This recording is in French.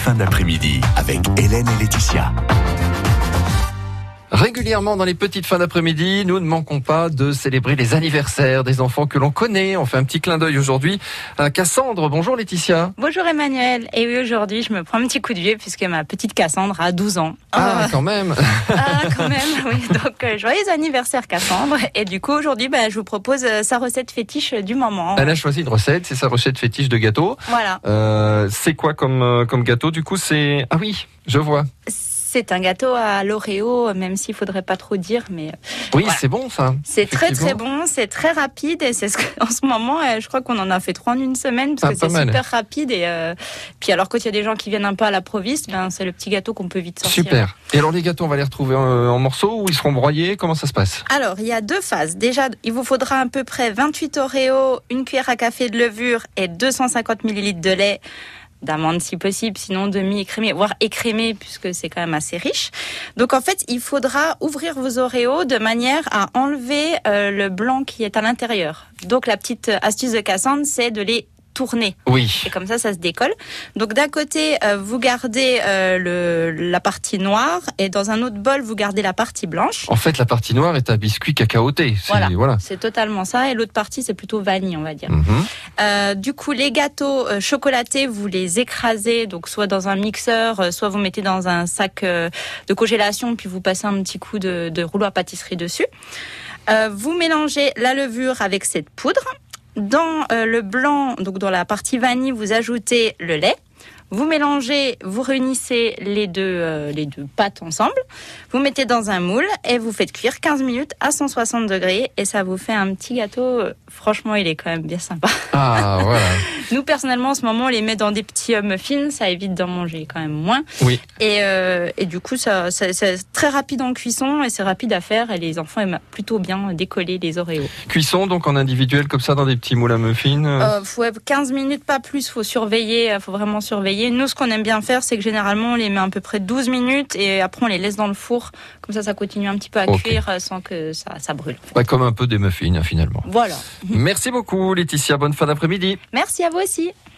fin d'après-midi avec Hélène et Laetitia. Régulièrement dans les petites fins d'après-midi, nous ne manquons pas de célébrer les anniversaires des enfants que l'on connaît. On fait un petit clin d'œil aujourd'hui à Cassandre. Bonjour Laetitia. Bonjour Emmanuel. Et oui, aujourd'hui, je me prends un petit coup de vieux puisque ma petite Cassandre a 12 ans. Quand même. Quand même, oui. Donc, joyeux anniversaire Cassandre. Et du coup, aujourd'hui, je vous propose sa recette fétiche du moment. Elle a choisi une recette, c'est sa recette fétiche de gâteau. Voilà. C'est quoi comme gâteau du coup? C'est... Ah oui, je vois. C'est un gâteau à l'Oreo, même s'il faudrait pas trop dire, mais oui, voilà. C'est bon ça. C'est très très bon, c'est très rapide et c'est ce qu'en ce moment, je crois qu'on en a fait 3 en une semaine parce que c'est super rapide et puis alors quand il y a des gens qui viennent un peu à l'improviste, c'est le petit gâteau qu'on peut vite sortir. Super. Et alors les gâteaux, on va les retrouver en morceaux ou ils seront broyés? Comment ça se passe? Alors il y a 2 phases. Déjà, il vous faudra à peu près 28 Oreos, une cuillère à café de levure et 250 ml de lait. D'amandes si possible, sinon demi-écrémé, voire écrémé, puisque c'est quand même assez riche. Donc en fait, il faudra ouvrir vos Oreos de manière à enlever le blanc qui est à l'intérieur. Donc la petite astuce de Cassandre, c'est de les tourner. Oui. Et comme ça se décolle. Donc d'un côté, vous gardez la partie noire et dans un autre bol, vous gardez la partie blanche. En fait, la partie noire est un biscuit cacaoté. Voilà. C'est totalement ça. Et l'autre partie, c'est plutôt vanille, on va dire. Du coup, les gâteaux chocolatés, vous les écrasez, donc soit dans un mixeur, soit vous mettez dans un sac de congélation, puis vous passez un petit coup de rouleau à pâtisserie dessus. Vous mélangez la levure avec cette poudre. Dans le blanc, donc dans la partie vanille, vous ajoutez le lait. Vous mélangez, vous réunissez les deux pâtes ensemble. Vous mettez dans un moule et vous faites cuire 15 minutes à 160 degrés et ça vous fait un petit gâteau. Franchement, il est quand même bien sympa. Ah, voilà. Nous, personnellement, en ce moment, on les met dans des petits muffins. Ça évite d'en manger quand même moins. Oui. Et du coup, c'est très rapide en cuisson et c'est rapide à faire. Et les enfants aiment plutôt bien décoller les Oreos. Cuisson, donc en individuel, comme ça, dans des petits moules à muffins 15 minutes, pas plus. Faut surveiller. Faut vraiment surveiller. Nous, ce qu'on aime bien faire, c'est que généralement, on les met à peu près 12 minutes et après, on les laisse dans le four. Comme ça continue un petit peu à cuire sans que ça brûle. En fait. Comme un peu des muffins, finalement. Voilà. Merci beaucoup, Laetitia. Bonne fin d'après-midi. Merci à vous aussi.